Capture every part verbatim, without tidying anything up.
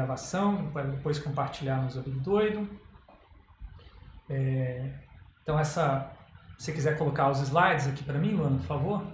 gravação para depois compartilhar no Zobdoido. É, então, essa, se você quiser colocar os slides aqui para mim, Luana, por favor.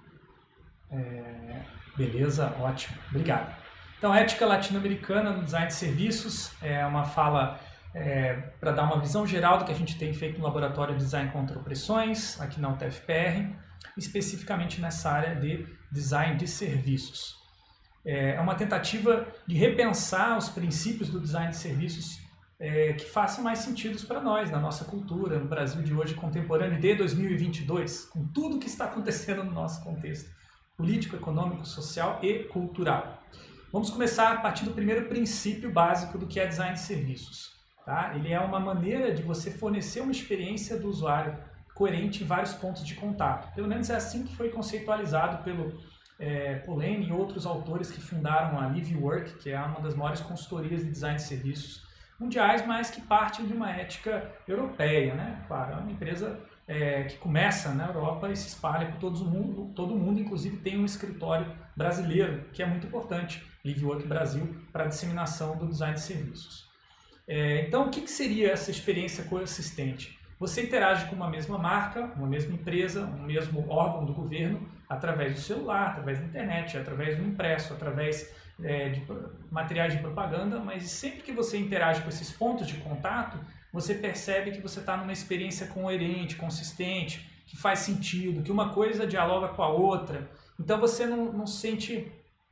É, beleza, ótimo, obrigado. Então, ética latino-americana no design de serviços é uma fala é, para dar uma visão geral do que a gente tem feito no Laboratório de Design contra Opressões, aqui na U T F P R, especificamente nessa área de design de serviços. É uma tentativa de repensar os princípios do design de serviços é, que façam mais sentido para nós, na nossa cultura, no Brasil de hoje contemporâneo de dois mil e vinte e dois, com tudo que está acontecendo no nosso contexto político, econômico, social e cultural. Vamos começar a partir do primeiro princípio básico do que é design de serviços. Tá? Ele é uma maneira de você fornecer uma experiência do usuário coerente em vários pontos de contato. Pelo menos é assim que foi conceitualizado pelo é, Polanyi e outros autores que fundaram a LiveWork, que é uma das maiores consultorias de design de serviços mundiais, mas que partem de uma ética europeia, né? Claro, é uma empresa é, que começa na Europa e se espalha por todo o mundo, todo o mundo, inclusive tem um escritório brasileiro, que é muito importante, LiveWork Brasil, para a disseminação do design de serviços. É, então, o que, que seria essa experiência coexistente? Você interage com uma mesma marca, uma mesma empresa, um mesmo órgão do governo, através do celular, através da internet, através do impresso, através é, de materiais de propaganda, mas sempre que você interage com esses pontos de contato, você percebe que você está numa experiência coerente, consistente, que faz sentido, que uma coisa dialoga com a outra. Então você não, não se sente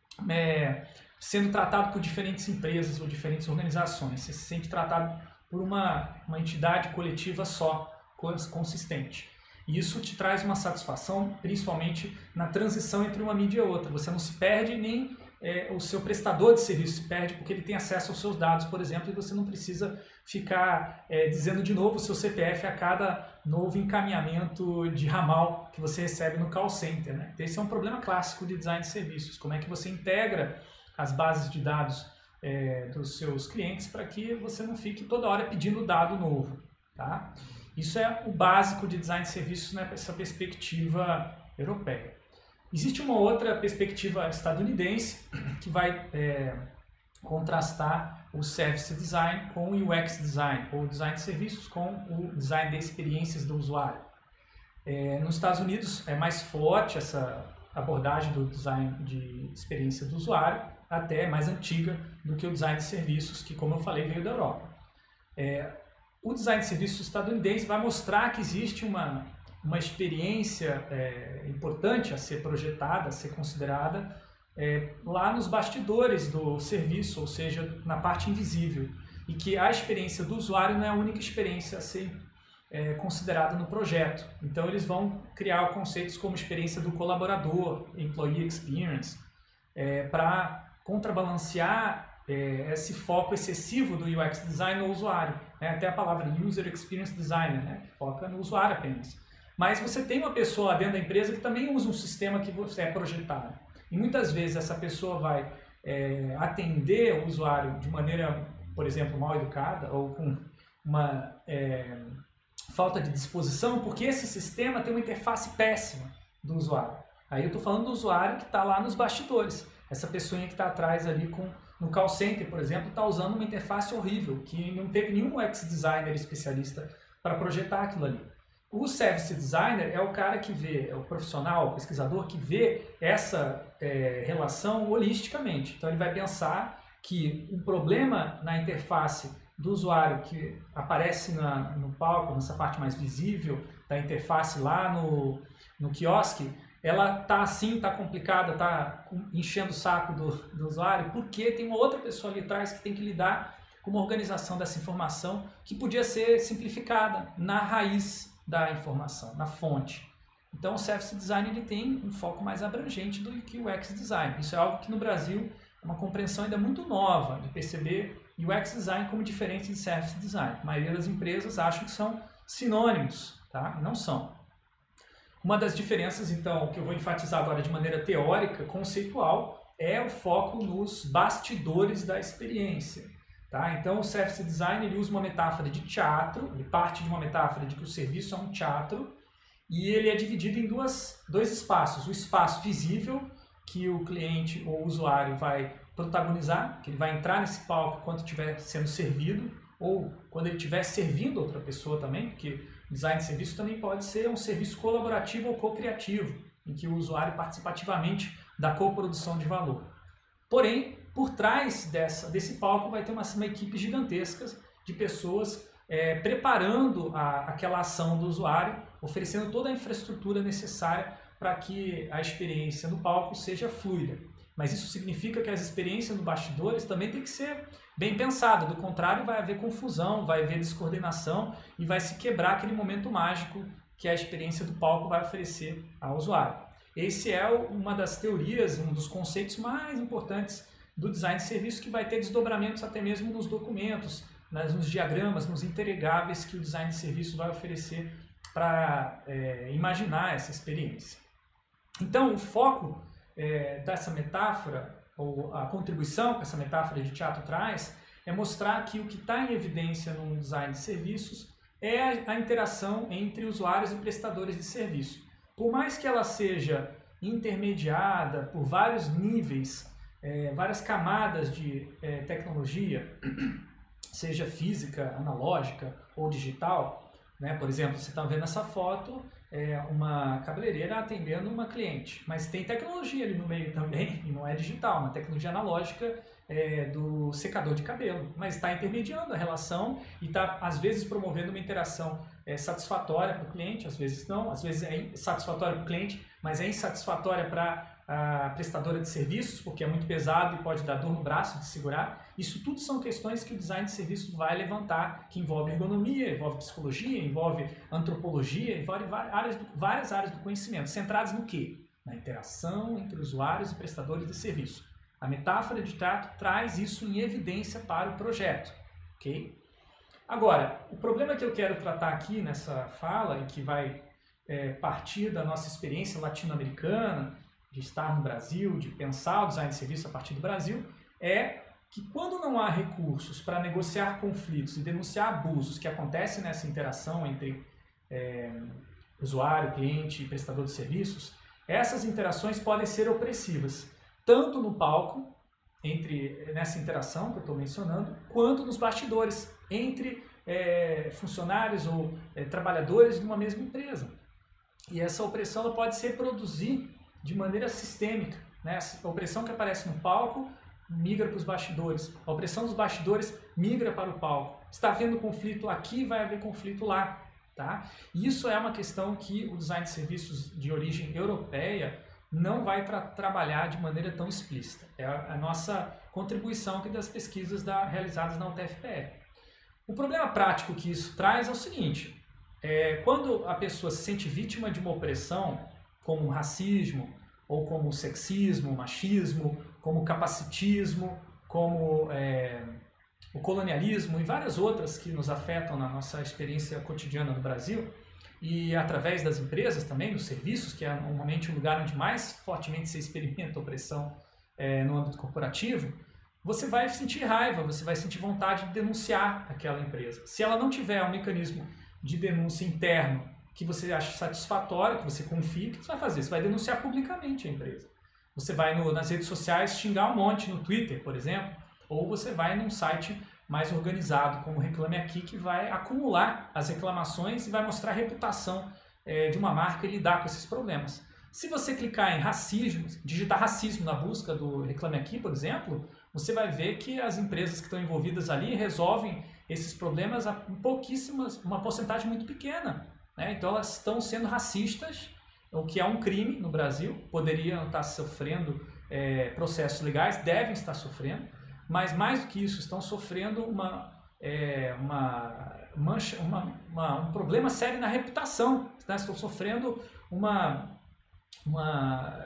é, sendo tratado por diferentes empresas ou diferentes organizações, você se sente tratado por uma, uma entidade coletiva só, consistente. E isso te traz uma satisfação, principalmente na transição entre uma mídia e outra. Você não se perde, nem é, o seu prestador de serviço se perde, porque ele tem acesso aos seus dados, por exemplo, e você não precisa ficar é, dizendo de novo o seu C P F a cada novo encaminhamento de ramal que você recebe no call center. Né? Esse é um problema clássico de design de serviços. Como é que você integra as bases de dados É, dos seus clientes para que você não fique toda hora pedindo dado novo. Tá? Isso é o básico de design de serviços nessa perspectiva europeia. Existe uma outra perspectiva estadunidense que vai é, contrastar o service design com o U X design, ou design de serviços com o design de experiências do usuário. É, nos Estados Unidos é mais forte essa abordagem do design de experiência do usuário, até mais antiga do que o design de serviços, que, como eu falei, veio da Europa. É, o design de serviços estadunidense vai mostrar que existe uma, uma experiência é, importante a ser projetada, a ser considerada é, lá nos bastidores do serviço, ou seja, na parte invisível, e que a experiência do usuário não é a única experiência a ser é, considerada no projeto. Então, eles vão criar conceitos como experiência do colaborador, employee experience, é, para contrabalancear é, esse foco excessivo do U X design no usuário. Né? Até a palavra User Experience Designer, né? Que foca no usuário apenas. Mas você tem uma pessoa dentro da empresa que também usa um sistema que você é projetado. E muitas vezes essa pessoa vai é, atender o usuário de maneira, por exemplo, mal educada ou com uma é, falta de disposição, porque esse sistema tem uma interface péssima do usuário. Aí eu estou falando do usuário que está lá nos bastidores. Essa pessoinha que está atrás ali com, no call center, por exemplo, está usando uma interface horrível, que não teve nenhum U X designer especialista para projetar aquilo ali. O service designer é o cara que vê, é o profissional, o pesquisador que vê essa é, relação holisticamente. Então ele vai pensar que um problema na interface do usuário que aparece na, no palco, nessa parte mais visível da interface lá no, no quiosque, ela está assim, está complicada, está enchendo o saco do, do usuário, porque tem uma outra pessoa ali atrás que tem que lidar com uma organização dessa informação que podia ser simplificada na raiz da informação, na fonte. Então o service design ele tem um foco mais abrangente do que o U X design. Isso é algo que no Brasil é uma compreensão ainda muito nova de perceber U X design como diferente de service design. A maioria das empresas acham que são sinônimos, tá? E não são. Uma das diferenças, então, que eu vou enfatizar agora de maneira teórica, conceitual, é o foco nos bastidores da experiência. Tá? Então, o service design ele usa uma metáfora de teatro, ele parte de uma metáfora de que o serviço é um teatro, e ele é dividido em duas, dois espaços. O espaço visível, que o cliente ou o usuário vai protagonizar, que ele vai entrar nesse palco quando estiver sendo servido, ou quando ele estiver servindo outra pessoa também, porque design de serviço também pode ser um serviço colaborativo ou co-criativo, em que o usuário participa ativamente da coprodução de valor. Porém, por trás dessa, desse palco vai ter uma, uma equipe gigantesca de pessoas é, preparando a, aquela ação do usuário, oferecendo toda a infraestrutura necessária para que a experiência no palco seja fluida. Mas isso significa que as experiências no bastidores também tem que ser bem pensadas, do contrário vai haver confusão, vai haver descoordenação e vai se quebrar aquele momento mágico que a experiência do palco vai oferecer ao usuário. Esse é uma das teorias, um dos conceitos mais importantes do design de serviço, que vai ter desdobramentos até mesmo nos documentos, nos diagramas, nos entregáveis que o design de serviço vai oferecer para é, imaginar essa experiência. Então, o foco é, dessa metáfora, ou a contribuição que essa metáfora de teatro traz, é mostrar que o que está em evidência no design de serviços é a, a interação entre usuários e prestadores de serviço. Por mais que ela seja intermediada por vários níveis, é, várias camadas de é, tecnologia, seja física, analógica ou digital, né? Por exemplo, você está vendo essa foto, é uma cabeleireira atendendo uma cliente, mas tem tecnologia ali no meio também, e não é digital, uma tecnologia analógica é, do secador de cabelo, mas está intermediando a relação e está, às vezes, promovendo uma interação é, satisfatória para o cliente, às vezes não, às vezes é satisfatória para o cliente, mas é insatisfatória para a prestadora de serviços, porque é muito pesado e pode dar dor no braço de segurar. Isso tudo são questões que o design de serviços vai levantar, que envolve ergonomia, envolve psicologia, envolve antropologia, envolve várias áreas do, várias áreas do conhecimento, centradas no quê? Na interação entre usuários e prestadores de serviço. A metáfora de teatro traz isso em evidência para o projeto. Okay? Agora, o problema que eu quero tratar aqui nessa fala, e que vai é, partir da nossa experiência latino-americana, de estar no Brasil, de pensar o design de serviço a partir do Brasil, é que quando não há recursos para negociar conflitos e denunciar abusos que acontecem nessa interação entre é, usuário, cliente e prestador de serviços, essas interações podem ser opressivas, tanto no palco, entre nessa interação que eu estou mencionando, quanto nos bastidores, entre é, funcionários ou é, trabalhadores de uma mesma empresa. E essa opressão ela pode se reproduzir de maneira sistêmica, né? A opressão que aparece no palco migra para os bastidores, a opressão dos bastidores migra para o palco. Está havendo conflito aqui, vai haver conflito lá. Tá? Isso é uma questão que o design de serviços de origem europeia não vai tra trabalhar de maneira tão explícita. É a, a nossa contribuição aqui das pesquisas da, realizadas na U T F P R. O problema prático que isso traz é o seguinte, é, quando a pessoa se sente vítima de uma opressão, como o racismo, ou como o sexismo, o machismo, como o capacitismo, como é, o colonialismo e várias outras que nos afetam na nossa experiência cotidiana no Brasil, e através das empresas também, dos serviços, que é normalmente o lugar onde mais fortemente se experimenta opressão é, no âmbito corporativo, você vai sentir raiva, você vai sentir vontade de denunciar aquela empresa. Se ela não tiver um mecanismo de denúncia interno que você acha satisfatório, que você confie, o que você vai fazer? Você vai denunciar publicamente a empresa. Você vai no, nas redes sociais xingar um monte, no Twitter, por exemplo, ou você vai num site mais organizado, como o Reclame Aqui, que vai acumular as reclamações e vai mostrar a reputação é, de uma marca e lidar com esses problemas. Se você clicar em racismo, digitar racismo na busca do Reclame Aqui, por exemplo, você vai ver que as empresas que estão envolvidas ali resolvem esses problemas a pouquíssimas, uma porcentagem muito pequena. Né? Então elas estão sendo racistas, o que é um crime no Brasil, poderiam estar sofrendo é, processos legais, devem estar sofrendo, mas mais do que isso, estão sofrendo uma, é, uma, mancha, uma, uma, um problema sério na reputação, né? Estão sofrendo uma, uma,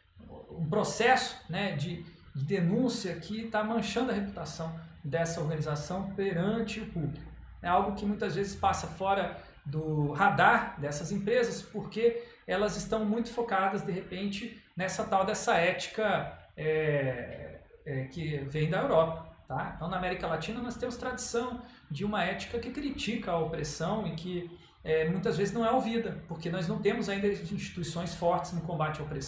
um processo, né, de, de denúncia que está manchando a reputação dessa organização perante o público. É algo que muitas vezes passa fora do radar dessas empresas, porque elas estão muito focadas, de repente, nessa tal dessa ética é, é, que vem da Europa. Tá? Então, na América Latina, nós temos tradição de uma ética que critica a opressão e que é, muitas vezes não é ouvida, porque nós não temos ainda instituições fortes no combate à opressão.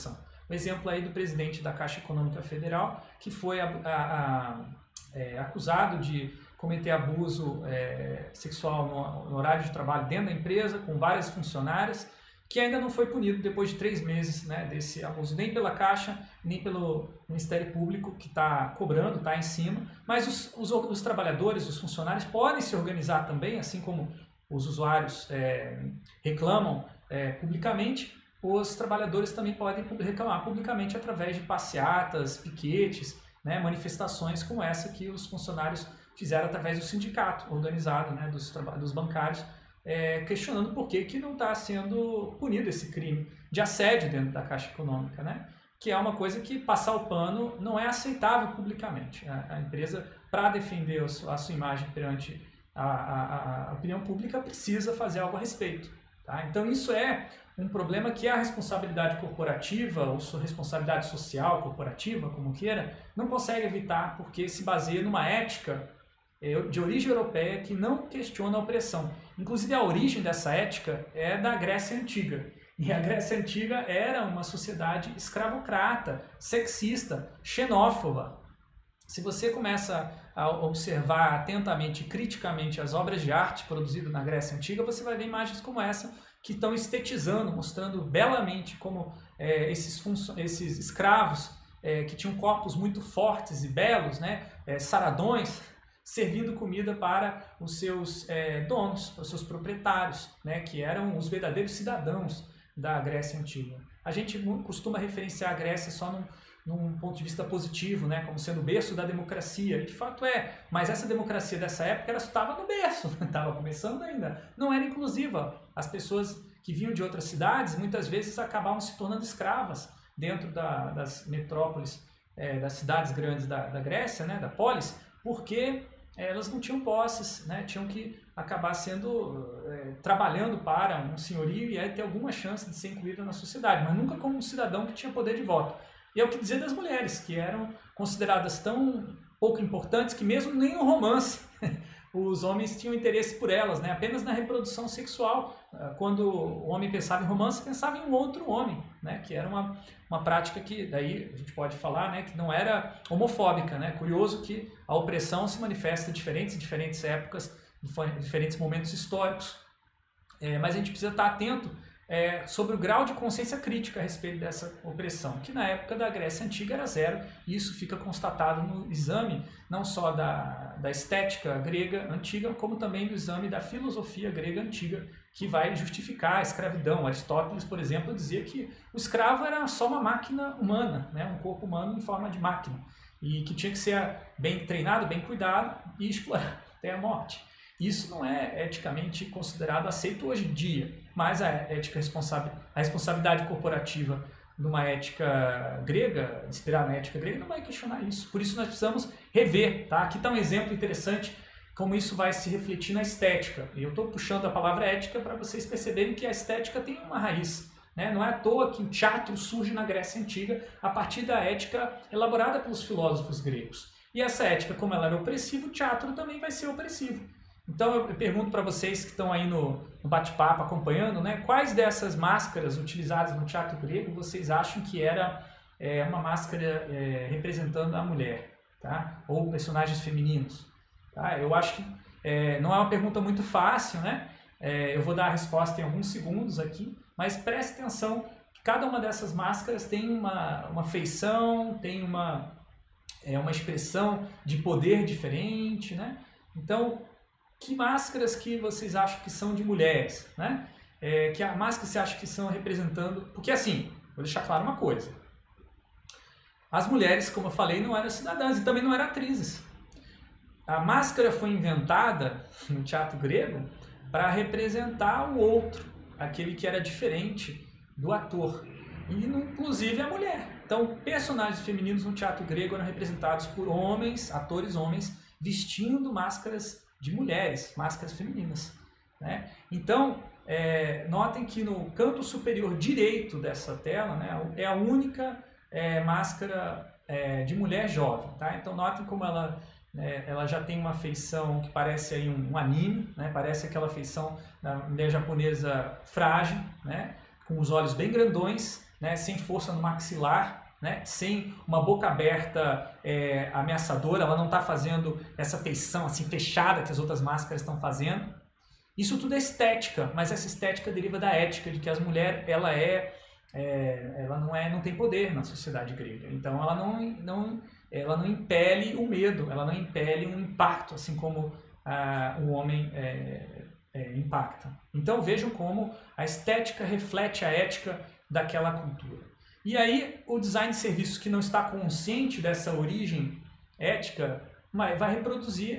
o exemplo aí do presidente da Caixa Econômica Federal, que foi a, a, a, é, acusado de cometer abuso é, sexual no, no horário de trabalho dentro da empresa, com várias funcionárias, que ainda não foi punido depois de três meses, né, desse abuso, nem pela Caixa, nem pelo Ministério Público, que está cobrando, está em cima, mas os, os, os trabalhadores, os funcionários podem se organizar também, assim como os usuários é, reclamam é, publicamente, os trabalhadores também podem reclamar publicamente através de passeatas, piquetes, né, manifestações como essa que os funcionários fizeram através do sindicato organizado, né, dos, dos bancários, é, questionando por que, que não está sendo punido esse crime de assédio dentro da Caixa Econômica, né, que é uma coisa que passar o pano não é aceitável publicamente. A, a empresa, para defender a sua, a sua imagem perante a, a, a opinião pública, precisa fazer algo a respeito. Tá? Então isso é um problema que a responsabilidade corporativa, ou sua responsabilidade social corporativa, como queira, não consegue evitar porque se baseia numa ética de origem europeia que não questiona a opressão. Inclusive a origem dessa ética é da Grécia Antiga. E a Grécia Antiga era uma sociedade escravocrata, sexista, xenófoba. Se você começa a observar atentamente e criticamente as obras de arte produzidas na Grécia Antiga, você vai ver imagens como essa que estão estetizando, mostrando belamente como é, esses, esses escravos é, que tinham corpos muito fortes e belos, né, é, saradões, servindo comida para os seus é, donos, para os seus proprietários, né, que eram os verdadeiros cidadãos da Grécia Antiga. A gente costuma referenciar a Grécia só num, num ponto de vista positivo, né, como sendo o berço da democracia, e de fato é, mas essa democracia dessa época ela estava no berço, estava começando ainda, não era inclusiva. As pessoas que vinham de outras cidades muitas vezes acabavam se tornando escravas dentro da, das metrópoles, é, das cidades grandes da, da Grécia, né, da polis, porque elas não tinham posses, né? Tinham que acabar sendo é, trabalhando para um senhorio e aí ter alguma chance de ser incluída na sociedade, mas nunca como um cidadão que tinha poder de voto. E é o que dizer das mulheres, que eram consideradas tão pouco importantes que mesmo nem no romance os homens tinham interesse por elas, né? Apenas na reprodução sexual. Quando o homem pensava em romance, pensava em um outro homem, né? Que era uma, uma prática que, daí a gente pode falar, né? Que não era homofóbica, né? Curioso que a opressão se manifesta em diferentes, em diferentes épocas, em diferentes momentos históricos. É, mas a gente precisa estar atento é, sobre o grau de consciência crítica a respeito dessa opressão, que na época da Grécia Antiga era zero, e isso fica constatado no exame não só da, da estética grega antiga, como também no exame da filosofia grega antiga, que vai justificar a escravidão. Aristóteles, por exemplo, dizia que o escravo era só uma máquina humana, né? Um corpo humano em forma de máquina, e que tinha que ser bem treinado, bem cuidado e explorado até a morte. Isso não é eticamente considerado aceito hoje em dia, mas a ética responsável, a responsabilidade corporativa numa ética grega, inspirada na ética grega, não vai questionar isso. Por isso nós precisamos rever, tá? Aqui está um exemplo interessante como isso vai se refletir na estética. Eu estou puxando a palavra ética para vocês perceberem que a estética tem uma raiz, né? Não é à toa que o teatro surge na Grécia Antiga a partir da ética elaborada pelos filósofos gregos. E essa ética, como ela era opressiva, o teatro também vai ser opressivo. Então eu pergunto para vocês que estão aí no, no bate-papo acompanhando, né, quais dessas máscaras utilizadas no teatro grego vocês acham que era é, uma máscara é, representando a mulher, tá? Ou personagens femininos? Tá? Eu acho que é, não é uma pergunta muito fácil, né? É, eu vou dar a resposta em alguns segundos aqui, mas preste atenção que cada uma dessas máscaras tem uma, uma feição, tem uma, é, uma expressão de poder diferente, né? Então, que máscaras que vocês acham que são de mulheres, né? É, que a máscara você acha que são representando... Porque assim, vou deixar claro uma coisa. As mulheres, como eu falei, não eram cidadãs e também não eram atrizes. A máscara foi inventada no teatro grego para representar o outro, aquele que era diferente do ator, e inclusive a mulher. Então, personagens femininos no teatro grego eram representados por homens, atores homens, vestindo máscaras de mulheres, máscaras femininas, né? Então, é, notem que no canto superior direito dessa tela, né, é a única é, máscara é, de mulher jovem, tá? Então, notem como ela, é, ela já tem uma feição que parece aí um, um anime, né? Parece aquela feição da mulher japonesa frágil, né? Com os olhos bem grandões né, sem força no maxilar, né, sem uma boca aberta é, ameaçadora, ela não está fazendo essa feição assim fechada que as outras máscaras estão fazendo. Isso tudo é estética, mas essa estética deriva da ética, de que as mulheres ela é, é, ela não é, não tem poder na sociedade grega. Então ela não, não, ela não impele o medo, ela não impele um impacto, assim como ah, o homem é, é, impacta. Então vejam como a estética reflete a ética daquela cultura. E aí o design de serviços que não está consciente dessa origem ética vai reproduzir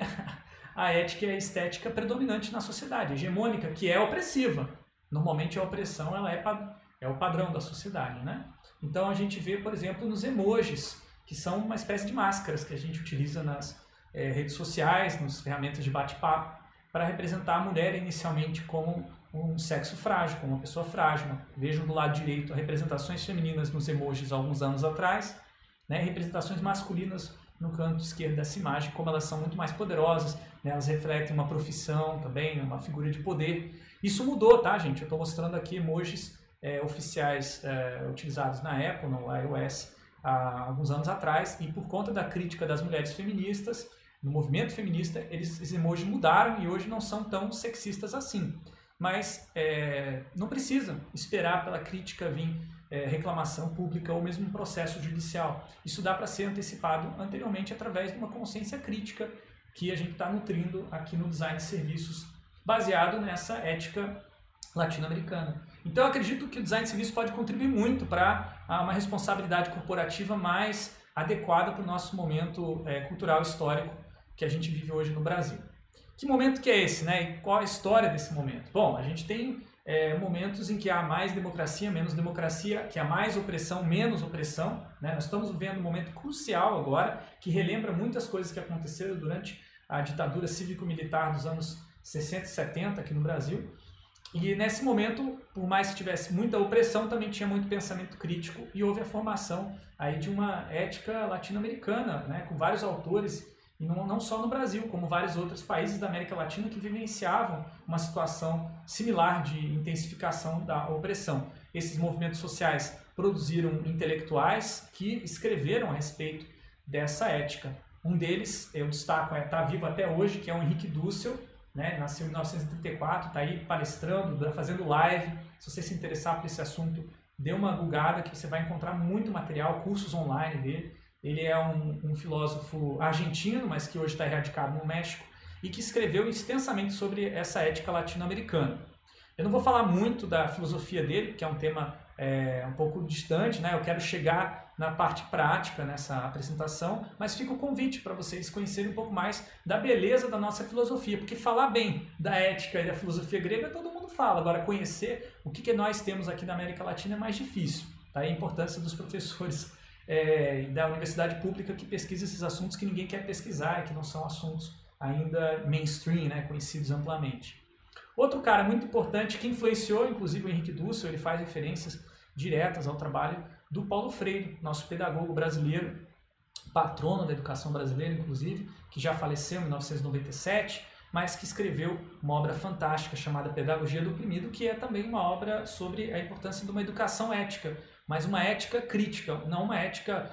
a ética e a estética predominante na sociedade, hegemônica, que é opressiva. Normalmente a opressão ela é, é o padrão da sociedade, né? Então a gente vê, por exemplo, nos emojis, que são uma espécie de máscaras que a gente utiliza nas é, redes sociais, nas ferramentas de bate-papo, para representar a mulher inicialmente como um sexo frágil, como uma pessoa frágil. Vejam do lado direito representações femininas nos emojis há alguns anos atrás, né? Representações masculinas no canto esquerdo dessa imagem, como elas são muito mais poderosas, né? Elas refletem uma profissão também, uma figura de poder. Isso mudou, tá, gente? Eu estou mostrando aqui emojis é, oficiais é, utilizados na Apple, no iOS, há alguns anos atrás, e por conta da crítica das mulheres feministas, no movimento feminista, eles, esses emojis mudaram e hoje não são tão sexistas assim. Mas é, não precisa esperar pela crítica vir é, reclamação pública ou mesmo um processo judicial. Isso dá para ser antecipado anteriormente através de uma consciência crítica que a gente está nutrindo aqui no design de serviços, baseado nessa ética latino-americana. Então eu acredito que o design de serviços pode contribuir muito para uma responsabilidade corporativa mais adequada para o nosso momento é, cultural histórico que a gente vive hoje no Brasil. Que momento que é esse, né? E qual a história desse momento? Bom, a gente tem é, momentos em que há mais democracia, menos democracia, que há mais opressão, menos opressão, né? Nós estamos vivendo um momento crucial agora, que relembra muitas coisas que aconteceram durante a ditadura cívico-militar dos anos sessenta e setenta aqui no Brasil. E nesse momento, por mais que tivesse muita opressão, também tinha muito pensamento crítico e houve a formação aí de uma ética latino-americana, né? Com vários autores, e não, não só no Brasil, como vários outros países da América Latina que vivenciavam uma situação similar de intensificação da opressão. Esses movimentos sociais produziram intelectuais que escreveram a respeito dessa ética. Um deles, eu destaco, está vivo até hoje, que é o Henrique Dussel, né? Nasceu em mil novecentos e trinta e quatro, está aí palestrando, fazendo live. Se você se interessar por esse assunto, dê uma googada que você vai encontrar muito material, cursos online dele. Ele é um, um filósofo argentino, mas que hoje está radicado no México, e que escreveu extensamente sobre essa ética latino-americana. Eu não vou falar muito da filosofia dele, que é um tema é, um pouco distante, né? Eu quero chegar na parte prática nessa apresentação, mas fica o convite para vocês conhecerem um pouco mais da beleza da nossa filosofia, porque falar bem da ética e da filosofia grega todo mundo fala, agora conhecer o que, que nós temos aqui na América Latina é mais difícil. Tá? A importância dos professores É, da universidade pública que pesquisa esses assuntos que ninguém quer pesquisar, que não são assuntos ainda mainstream, né, conhecidos amplamente. Outro cara muito importante que influenciou, inclusive, o Henrique Dussel, ele faz referências diretas ao trabalho do Paulo Freire, nosso pedagogo brasileiro, patrono da educação brasileira, inclusive, que já faleceu em mil novecentos e noventa e sete, mas que escreveu uma obra fantástica chamada Pedagogia do Oprimido, que é também uma obra sobre a importância de uma educação ética, mas uma ética crítica, não uma ética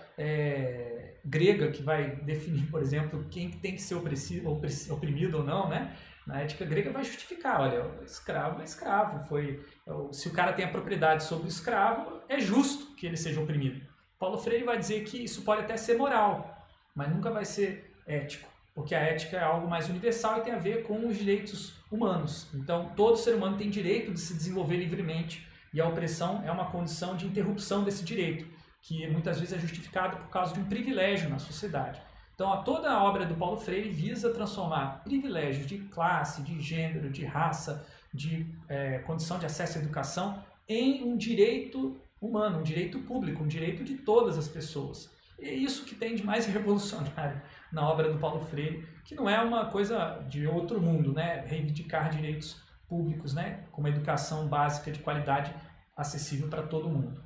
é, grega que vai definir, por exemplo, quem tem que ser oprimido ou não, né? Na ética grega vai justificar, olha, o escravo é escravo, foi, se o cara tem a propriedade sobre o escravo, é justo que ele seja oprimido. Paulo Freire vai dizer que isso pode até ser moral, mas nunca vai ser ético, porque a ética é algo mais universal e tem a ver com os direitos humanos. Então, todo ser humano tem direito de se desenvolver livremente, e a opressão é uma condição de interrupção desse direito, que muitas vezes é justificado por causa de um privilégio na sociedade. Então, toda a obra do Paulo Freire visa transformar privilégios de classe, de gênero, de raça, de é, condição de acesso à educação em um direito humano, um direito público, um direito de todas as pessoas. E é isso que tem de mais revolucionário na obra do Paulo Freire, que não é uma coisa de outro mundo, né? Reivindicar direitos públicos, né, com uma educação básica de qualidade acessível para todo mundo.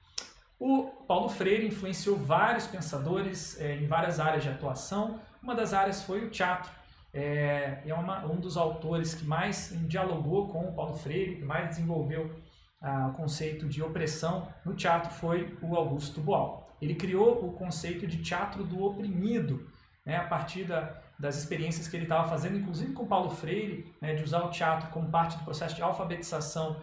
O Paulo Freire influenciou vários pensadores é, em várias áreas de atuação. Uma das áreas foi o teatro. É, é uma, um dos autores que mais dialogou com o Paulo Freire, que mais desenvolveu ah, o conceito de opressão no teatro foi o Augusto Boal. Ele criou o conceito de teatro do oprimido, né, a partir da, das experiências que ele estava fazendo, inclusive com Paulo Freire, né, de usar o teatro como parte do processo de alfabetização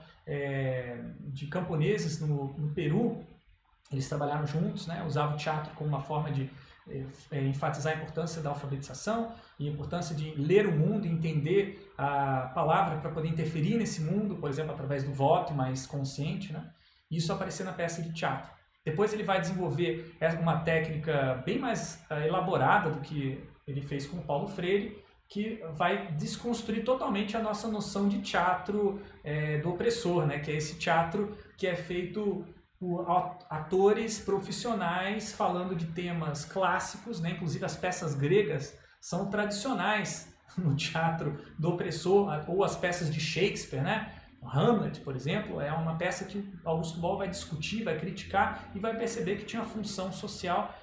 é, de camponeses no, no Peru. Eles trabalharam juntos, né, usavam o teatro como uma forma de é, enfatizar a importância da alfabetização e a importância de ler o mundo e entender a palavra para poder interferir nesse mundo, por exemplo, através do voto mais consciente, né? Isso aparecer na peça de teatro. Depois ele vai desenvolver uma técnica bem mais uh, elaborada do que ele fez com o Paulo Freire, que vai desconstruir totalmente a nossa noção de teatro é, do opressor, né? Que é esse teatro que é feito por atores profissionais falando de temas clássicos, né? Inclusive as peças gregas são tradicionais no teatro do opressor, ou as peças de Shakespeare, né? Hamlet, por exemplo, é uma peça que o Augusto Boal vai discutir, vai criticar e vai perceber que tinha a função social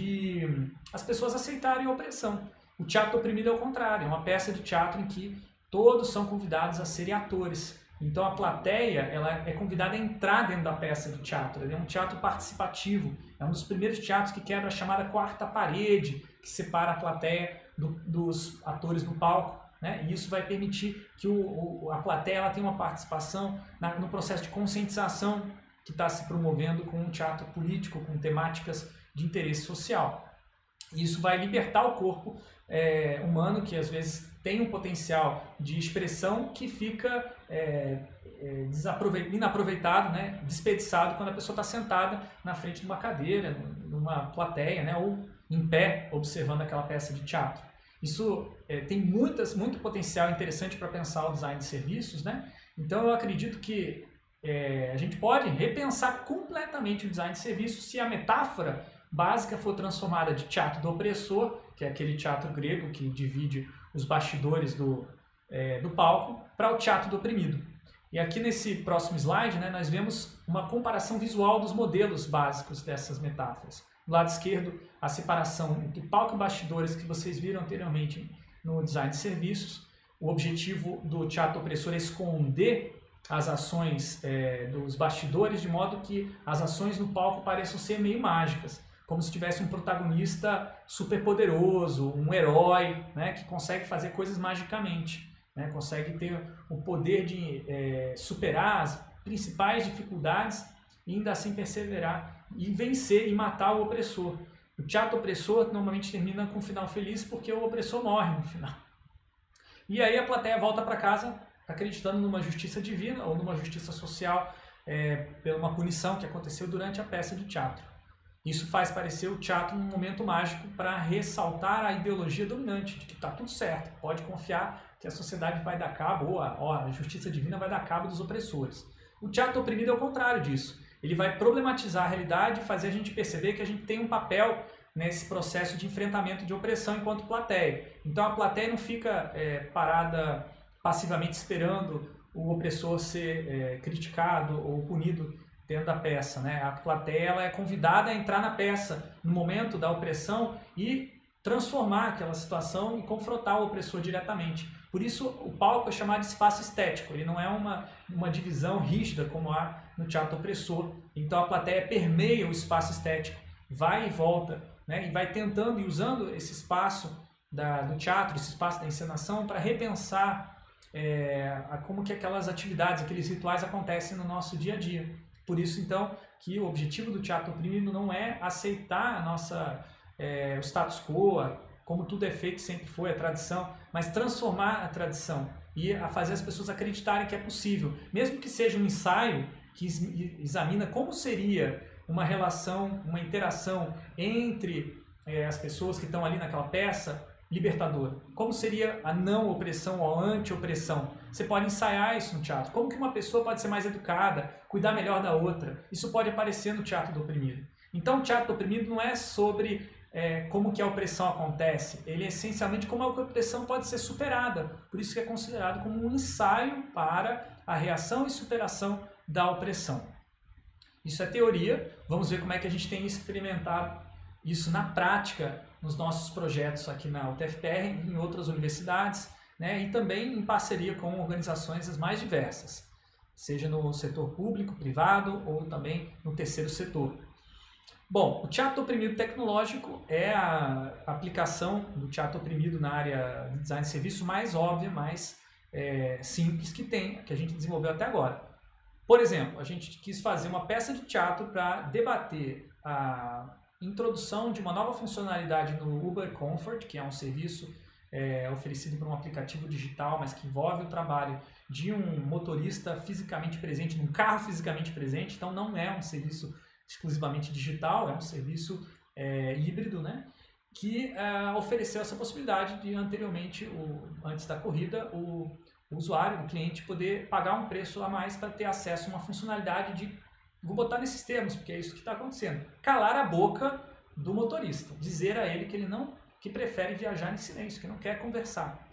de as pessoas aceitarem a opressão. O teatro oprimido é o contrário, é uma peça de teatro em que todos são convidados a serem atores. Então a plateia ela é convidada a entrar dentro da peça de teatro. Ele é um teatro participativo, é um dos primeiros teatros que quebra a chamada quarta parede, que separa a plateia do, dos atores no palco. Né? E isso vai permitir que o, o, a plateia ela tenha uma participação na, no processo de conscientização que está se promovendo com um teatro político, com temáticas de interesse social. E isso vai libertar o corpo é, humano, que às vezes tem um potencial de expressão que fica é, é, inaproveitado, né? Desperdiçado quando a pessoa está sentada na frente de uma cadeira, numa plateia, né? Ou em pé, observando aquela peça de teatro. Isso é, tem muitas, muito potencial interessante para pensar o design de serviços, né? Então eu acredito que é, a gente pode repensar completamente o design de serviços se a metáfora básica for transformada de teatro do opressor, que é aquele teatro grego que divide os bastidores do, é, do palco, para o teatro do oprimido. E aqui nesse próximo slide, né, nós vemos uma comparação visual dos modelos básicos dessas metáforas. Do lado esquerdo, a separação entre palco e bastidores que vocês viram anteriormente no design de serviços. O objetivo do teatro opressor é esconder as ações é, dos bastidores, de modo que as ações no palco pareçam ser meio mágicas, como se tivesse um protagonista super poderoso, um herói, né, que consegue fazer coisas magicamente, né, consegue ter o poder de é, superar as principais dificuldades e ainda assim perseverar e vencer e matar o opressor. O teatro opressor normalmente termina com um final feliz porque o opressor morre no final. E aí a plateia volta para casa acreditando numa justiça divina ou numa justiça social é, pela uma punição que aconteceu durante a peça de teatro. Isso faz parecer o teatro um momento mágico para ressaltar a ideologia dominante, de que está tudo certo, pode confiar que a sociedade vai dar cabo, ou a, ou a justiça divina vai dar cabo dos opressores. O teatro oprimido é o contrário disso. Ele vai problematizar a realidade e fazer a gente perceber que a gente tem um papel nesse processo de enfrentamento de opressão enquanto plateia. Então a plateia não fica é, parada passivamente esperando o opressor ser é, criticado ou punido dentro da peça, né? A plateia ela é convidada a entrar na peça no momento da opressão e transformar aquela situação e confrontar o opressor diretamente. Por isso o palco é chamado de espaço estético, ele não é uma, uma divisão rígida como há no teatro opressor. Então a plateia permeia o espaço estético, vai e volta, né? E vai tentando e usando esse espaço da, do teatro, esse espaço da encenação para repensar é, a como que aquelas atividades, aqueles rituais acontecem no nosso dia a dia. Por isso, então, que o objetivo do teatro oprimido não é aceitar a nossa, é, o status quo, como tudo é feito, sempre foi a tradição, mas transformar a tradição e a fazer as pessoas acreditarem que é possível. Mesmo que seja um ensaio que examina como seria uma relação, uma interação entre é, as pessoas que estão ali naquela peça, libertadora. Como seria a não opressão ou a anti-opressão? Você pode ensaiar isso no teatro. Como que uma pessoa pode ser mais educada, cuidar melhor da outra? Isso pode aparecer no teatro do oprimido. Então o teatro do oprimido não é sobre é, como que a opressão acontece. Ele é essencialmente como a opressão pode ser superada. Por isso que é considerado como um ensaio para a reação e superação da opressão. Isso é teoria. Vamos ver como é que a gente tem experimentado isso na prática nos nossos projetos aqui na U T F P R, em outras universidades, né, e também em parceria com organizações as mais diversas. seja no setor público, privado ou também no terceiro setor. Bom, o teatro oprimido tecnológico é a aplicação do teatro oprimido na área de design de serviço mais óbvia, mais é, simples que tem, que a gente desenvolveu até agora. Por exemplo, a gente quis fazer uma peça de teatro para debater a introdução de uma nova funcionalidade no Uber Comfort, que é um serviço é, oferecido por um aplicativo digital, mas que envolve o trabalho de um motorista fisicamente presente, num carro fisicamente presente, então não é um serviço exclusivamente digital, é um serviço é, híbrido, né, que é, ofereceu essa possibilidade de anteriormente, o, antes da corrida, o, o usuário, o cliente, poder pagar um preço a mais para ter acesso a uma funcionalidade de, vou botar nesses termos, porque é isso que está acontecendo, calar a boca do motorista, dizer a ele que ele não, que prefere viajar em silêncio, que não quer conversar.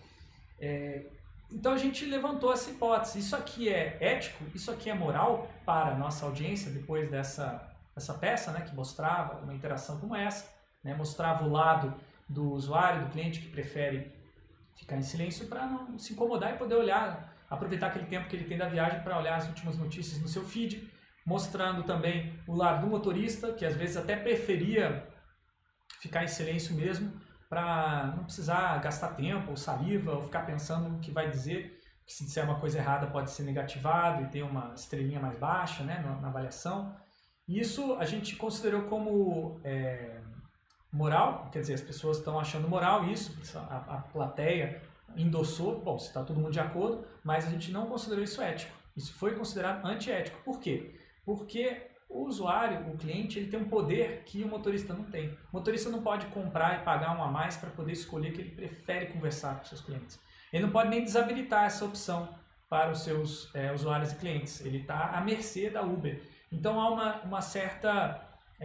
É, então a gente levantou essa hipótese, isso aqui é ético, isso aqui é moral para a nossa audiência depois dessa essa peça, né, que mostrava uma interação como essa, né, mostrava o lado do usuário, do cliente que prefere ficar em silêncio para não se incomodar e poder olhar, aproveitar aquele tempo que ele tem da viagem para olhar as últimas notícias no seu feed, mostrando também o lado do motorista, que às vezes até preferia ficar em silêncio mesmo, para não precisar gastar tempo ou saliva ou ficar pensando no que vai dizer, que se disser uma coisa errada pode ser negativado e ter uma estrelinha mais baixa, né, na, na avaliação. Isso a gente considerou como é, moral, quer dizer, as pessoas estão achando moral isso, a, a plateia endossou, bom, se está todo mundo de acordo, mas a gente não considerou isso ético. Isso foi considerado antiético. Por quê? Porque o usuário, o cliente, ele tem um poder que o motorista não tem. O motorista não pode comprar e pagar um a mais para poder escolher que ele prefere conversar com seus clientes. Ele não pode nem desabilitar essa opção para os seus é, usuários e clientes. Ele está à mercê da Uber. Então há uma, uma certa,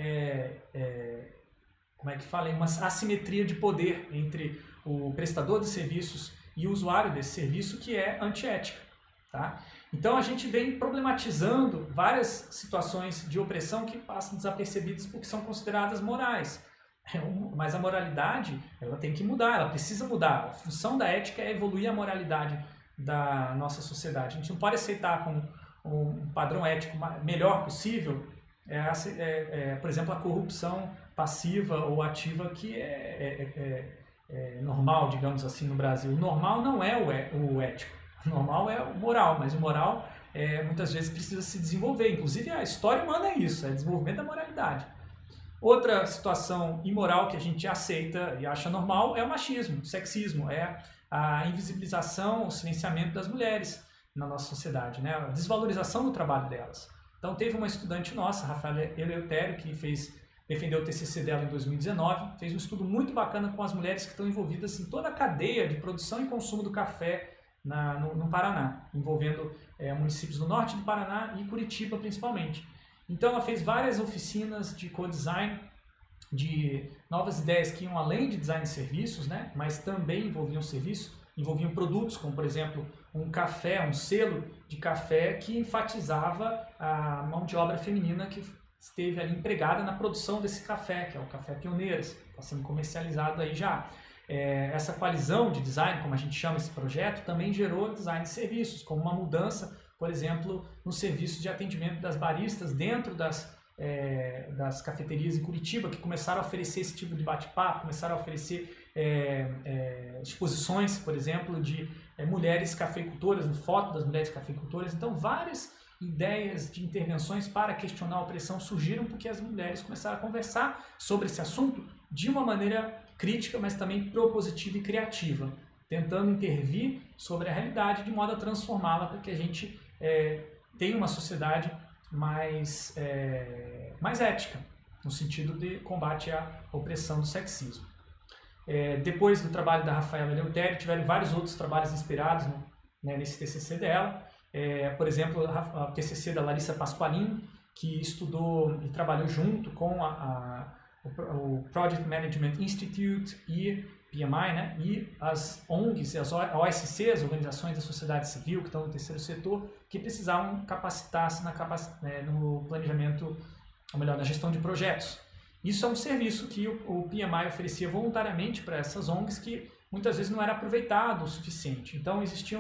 é, é, como é que fala, uma assimetria de poder entre o prestador de serviços e o usuário desse serviço que é antiética. Tá? Então a gente vem problematizando várias situações de opressão que passam desapercebidas porque são consideradas morais. Mas a moralidade ela tem que mudar, ela precisa mudar. A função da ética é evoluir a moralidade da nossa sociedade. A gente não pode aceitar como um padrão ético melhor possível, é, é, é, por exemplo, a corrupção passiva ou ativa que é, é, é, é normal, digamos assim, no Brasil. O normal não é o, é, o ético, o normal é o moral, mas o moral é, muitas vezes precisa se desenvolver. Inclusive a história humana é isso, é desenvolvimento da moralidade. Outra situação imoral que a gente aceita e acha normal é o machismo, o sexismo, é a invisibilização, o silenciamento das mulheres na nossa sociedade, né? A desvalorização do trabalho delas. Então teve uma estudante nossa, Rafaela Eleutério, que fez, defendeu o T C C dela em dois mil e dezenove, fez um estudo muito bacana com as mulheres que estão envolvidas em toda a cadeia de produção e consumo do café na, no, no Paraná, envolvendo é, municípios do norte do Paraná e Curitiba principalmente. Então ela fez várias oficinas de co-design, de novas ideias que iam além de design de serviços, né? Mas também envolviam serviços, envolviam produtos, como por exemplo um café, um selo de café que enfatizava a mão de obra feminina que esteve ali empregada na produção desse café, que é o Café Pioneiras, está sendo comercializado aí já. É, essa coalizão de design, como a gente chama esse projeto, também gerou design de serviços, como uma mudança, por exemplo, no serviço de atendimento das baristas dentro das, é, das cafeterias em Curitiba, que começaram a oferecer esse tipo de bate-papo, começaram a oferecer é, é, exposições, por exemplo, de é, mulheres cafeicultoras, foto das mulheres cafeicultoras. Então, várias ideias de intervenções para questionar a opressão surgiram porque as mulheres começaram a conversar sobre esse assunto de uma maneira crítica, mas também propositiva e criativa, tentando intervir sobre a realidade de modo a transformá-la para que a gente é, tenha uma sociedade mais, é, mais ética, no sentido de combate à opressão do sexismo. É, depois do trabalho da Rafaela Eleutério, tiveram vários outros trabalhos inspirados no, né, nesse T C C dela. É, por exemplo, o T C C da Larissa Pasqualin, que estudou e trabalhou junto com a, a, o Project Management Institute e P M I, né, e as O N Gs, as O S C, as Organizações da Sociedade Civil, que estão no terceiro setor, que precisavam capacitar-se na capac, né, no planejamento, ou melhor, na gestão de projetos. Isso é um serviço que o, o P M I oferecia voluntariamente para essas O N Gs que muitas vezes não era aproveitado o suficiente. Então existiam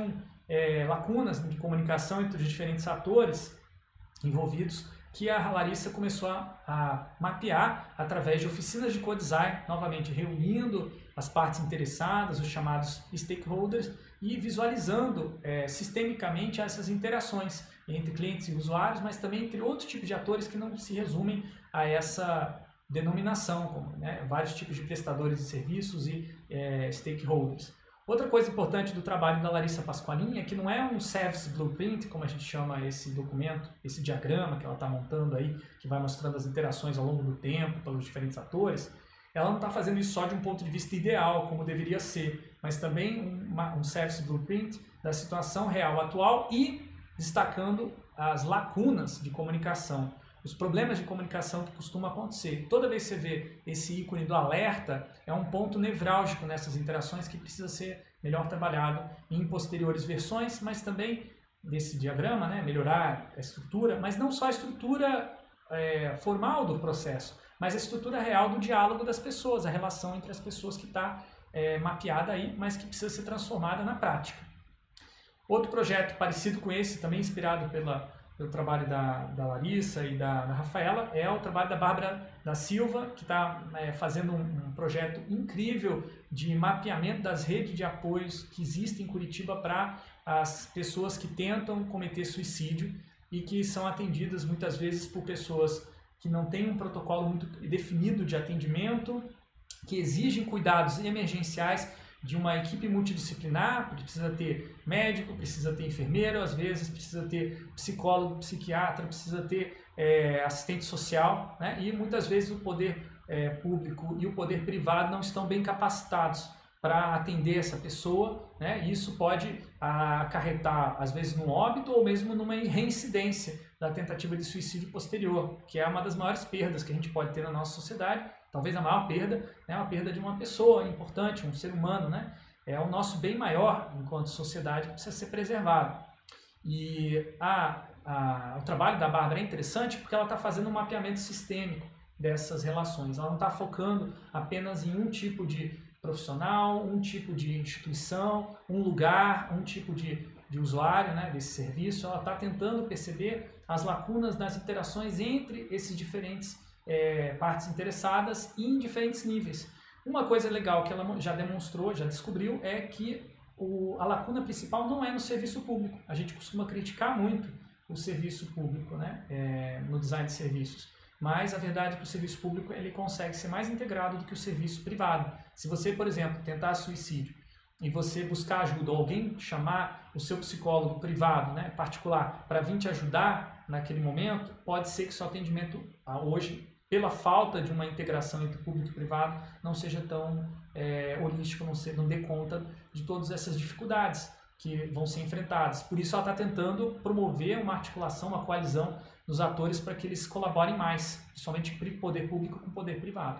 é, lacunas de comunicação entre os diferentes atores envolvidos, que a Larissa começou a, a mapear através de oficinas de co-design, novamente reunindo as partes interessadas, os chamados stakeholders, e visualizando é, sistemicamente essas interações entre clientes e usuários, mas também entre outros tipos de atores que não se resumem a essa denominação, como né, vários tipos de prestadores de serviços e é, stakeholders. Outra coisa importante do trabalho da Larissa Pasqualin é que não é um service blueprint, como a gente chama esse documento, esse diagrama que ela está montando aí, que vai mostrando as interações ao longo do tempo pelos diferentes atores. Ela não está fazendo isso só de um ponto de vista ideal, como deveria ser, mas também uma, um service blueprint da situação real atual e destacando as lacunas de comunicação, os problemas de comunicação que costumam acontecer. Toda vez que você vê esse ícone do alerta, é um ponto nevrálgico nessas interações que precisa ser melhor trabalhado em posteriores versões, mas também desse diagrama, né, melhorar a estrutura, mas não só a estrutura é, formal do processo, mas a estrutura real do diálogo das pessoas, a relação entre as pessoas que está é, mapeada aí, mas que precisa ser transformada na prática. Outro projeto parecido com esse, também inspirado pela pelo trabalho da, da Larissa e da, da Rafaela, é o trabalho da Bárbara da Silva, que está é, fazendo um, um projeto incrível de mapeamento das redes de apoios que existem em Curitiba para as pessoas que tentam cometer suicídio e que são atendidas muitas vezes por pessoas que não têm um protocolo muito definido de atendimento, que exigem cuidados emergenciais de uma equipe multidisciplinar, porque precisa ter médico, precisa ter enfermeiro, às vezes precisa ter psicólogo, psiquiatra, precisa ter é, assistente social, né? E muitas vezes o poder é, público e o poder privado não estão bem capacitados para atender essa pessoa, né? E isso pode acarretar, às vezes, no óbito ou mesmo numa reincidência da tentativa de suicídio posterior, que é uma das maiores perdas que a gente pode ter na nossa sociedade. Talvez a maior perda é né, a perda de uma pessoa importante, um ser humano, né? É o nosso bem maior enquanto sociedade que precisa ser preservado. E a, a, o trabalho da Bárbara é interessante porque ela está fazendo um mapeamento sistêmico dessas relações. Ela não está focando apenas em um tipo de profissional, um tipo de instituição, um lugar, um tipo de, de usuário né, desse serviço. Ela está tentando perceber as lacunas das interações entre esses diferentes É, partes interessadas em diferentes níveis. Uma coisa legal que ela já demonstrou, já descobriu, é que o, a lacuna principal não é no serviço público. A gente costuma criticar muito o serviço público né, é, no design de serviços, mas a verdade é que o serviço público ele consegue ser mais integrado do que o serviço privado. Se você, por exemplo, tentar suicídio e você buscar ajuda, ou alguém chamar o seu psicólogo privado, né, particular, para vir te ajudar naquele momento, pode ser que seu atendimento hoje, pela falta de uma integração entre público e privado, não seja tão é, holístico, não, ser, não dê conta de todas essas dificuldades que vão ser enfrentadas. Por isso ela está tentando promover uma articulação, uma coalizão dos atores para que eles colaborem mais, principalmente poder público com poder privado.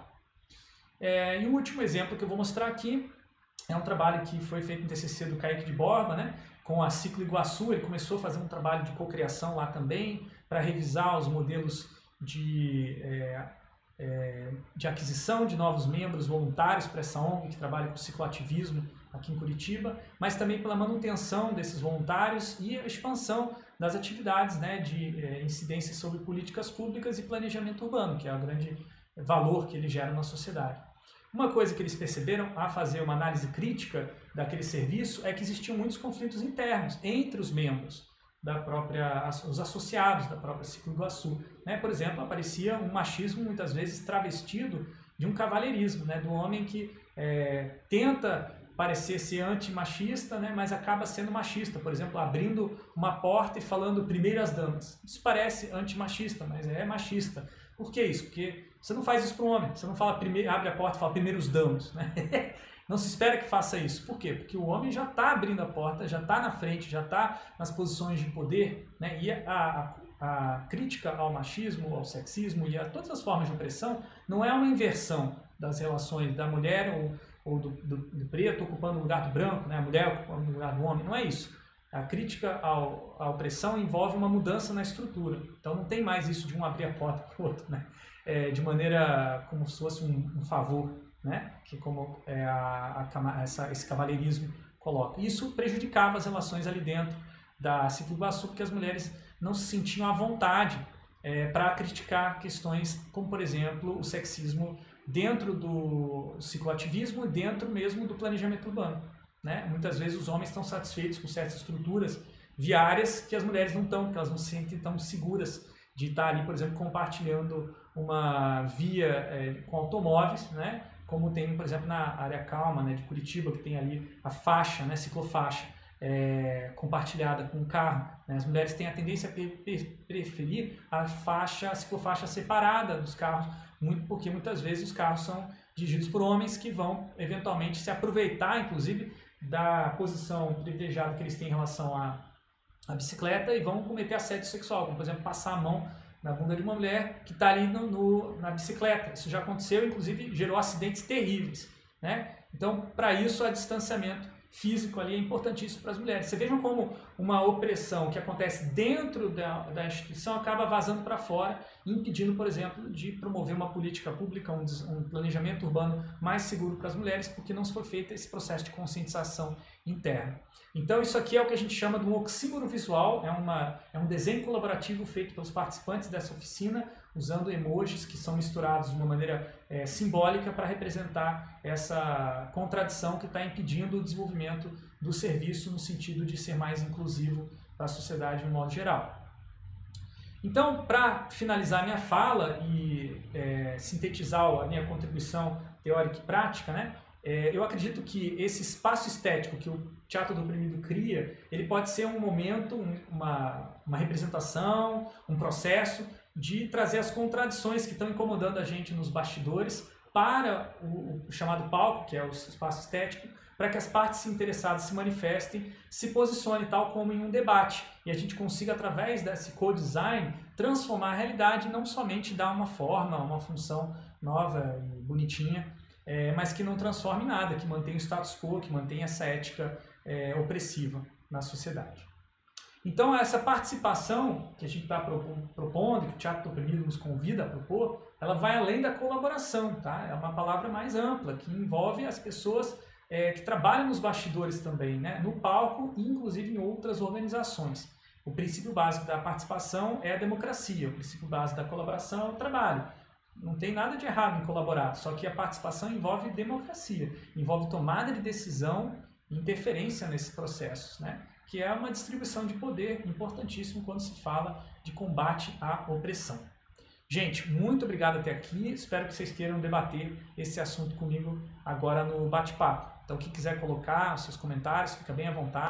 É, e o último exemplo que eu vou mostrar aqui é um trabalho que foi feito no T C C do Kaique de Borba, né, com a Ciclo Iguaçu. Ele começou a fazer um trabalho de cocriação lá também, para revisar os modelos de, é, é, de aquisição de novos membros voluntários para essa O N G que trabalha com cicloativismo aqui em Curitiba, mas também pela manutenção desses voluntários e a expansão das atividades né, de é, incidência sobre políticas públicas e planejamento urbano, que é o grande valor que ele gera na sociedade. Uma coisa que eles perceberam a fazer uma análise crítica daquele serviço é que existiam muitos conflitos internos entre os membros, da própria, os associados da própria Ciclo Iguaçu. Né? Por exemplo, aparecia um machismo muitas vezes travestido de um cavalheirismo, né? Do homem que é, tenta parecer ser antimachista, né? Mas acaba sendo machista, por exemplo, abrindo uma porta e falando primeiras damas. Isso parece antimachista, mas é machista. Por que isso? Porque você não faz isso para um homem, você não fala primeiro, abre a porta e fala primeiros damos, né? Não se espera que faça isso. Por quê? Porque o homem já está abrindo a porta, já está na frente, já está nas posições de poder, né? E a, a, a crítica ao machismo, ao sexismo e a todas as formas de opressão não é uma inversão das relações da mulher ou, ou do, do, do preto ocupando o lugar do branco, né? A mulher ocupando o lugar do homem. Não é isso. A crítica ao, à opressão envolve uma mudança na estrutura. Então não tem mais isso de um abrir a porta para o outro, né? É, de maneira como se fosse um, um favor. Né? Que como é a, a, essa, esse cavalheirismo coloca. Isso prejudicava as relações ali dentro da Ciclo Iguaçu, porque as mulheres não se sentiam à vontade é, para criticar questões como, por exemplo, o sexismo dentro do cicloativismo e dentro mesmo do planejamento urbano. Né? Muitas vezes os homens estão satisfeitos com certas estruturas viárias que as mulheres não estão, porque elas não se sentem tão seguras de estar ali, por exemplo, compartilhando uma via é, com automóveis, né? Como tem, por exemplo, na área calma, né, de Curitiba, que tem ali a faixa, né, ciclofaixa, é, compartilhada com o carro. Né? As mulheres têm a tendência a preferir a faixa, a ciclofaixa separada dos carros, muito porque muitas vezes os carros são dirigidos por homens que vão eventualmente se aproveitar, inclusive, da posição privilegiada que eles têm em relação à, à bicicleta e vão cometer assédio sexual, como, por exemplo, passar a mão na bunda de uma mulher que está ali no, no, na bicicleta. Isso já aconteceu, inclusive gerou acidentes terríveis. Né? Então, para isso, o distanciamento físico ali é importantíssimo para as mulheres. Você vejam como uma opressão que acontece dentro da, da instituição acaba vazando para fora, impedindo, por exemplo, de promover uma política pública, um, um planejamento urbano mais seguro para as mulheres, porque não se foi feito esse processo de conscientização interna. Então isso aqui é o que a gente chama de um oxímoro visual, é, uma, é um desenho colaborativo feito pelos participantes dessa oficina, usando emojis que são misturados de uma maneira é, simbólica para representar essa contradição que está impedindo o desenvolvimento do serviço no sentido de ser mais inclusivo para a sociedade de um modo geral. Então, para finalizar minha fala e é, sintetizar a minha contribuição teórica e prática, né, é, eu acredito que esse espaço estético que o Teatro do Oprimido cria, ele pode ser um momento, uma, uma representação, um processo de trazer as contradições que estão incomodando a gente nos bastidores para o, o chamado palco, que é o espaço estético, para que as partes interessadas se manifestem, se posicionem tal como em um debate, e a gente consiga, através desse co-design, transformar a realidade e não somente dar uma forma, uma função nova e bonitinha, é, mas que não transforme nada, que mantenha o status quo, que mantenha essa ética é, opressiva na sociedade. Então, essa participação que a gente está propondo, que o Teatro do Oprimido nos convida a propor, ela vai além da colaboração, tá? É uma palavra mais ampla, que envolve as pessoas é, que trabalham nos bastidores também, né? No palco e inclusive em outras organizações. O princípio básico da participação é a democracia, o princípio básico da colaboração é o trabalho. Não tem nada de errado em colaborar, só que a participação envolve democracia, envolve tomada de decisão e interferência nesses processos, né? Que é uma distribuição de poder importantíssimo quando se fala de combate à opressão. Gente, muito obrigado até aqui, espero que vocês queiram debater esse assunto comigo agora no bate-papo. Então, quem quiser colocar os seus comentários, fica bem à vontade.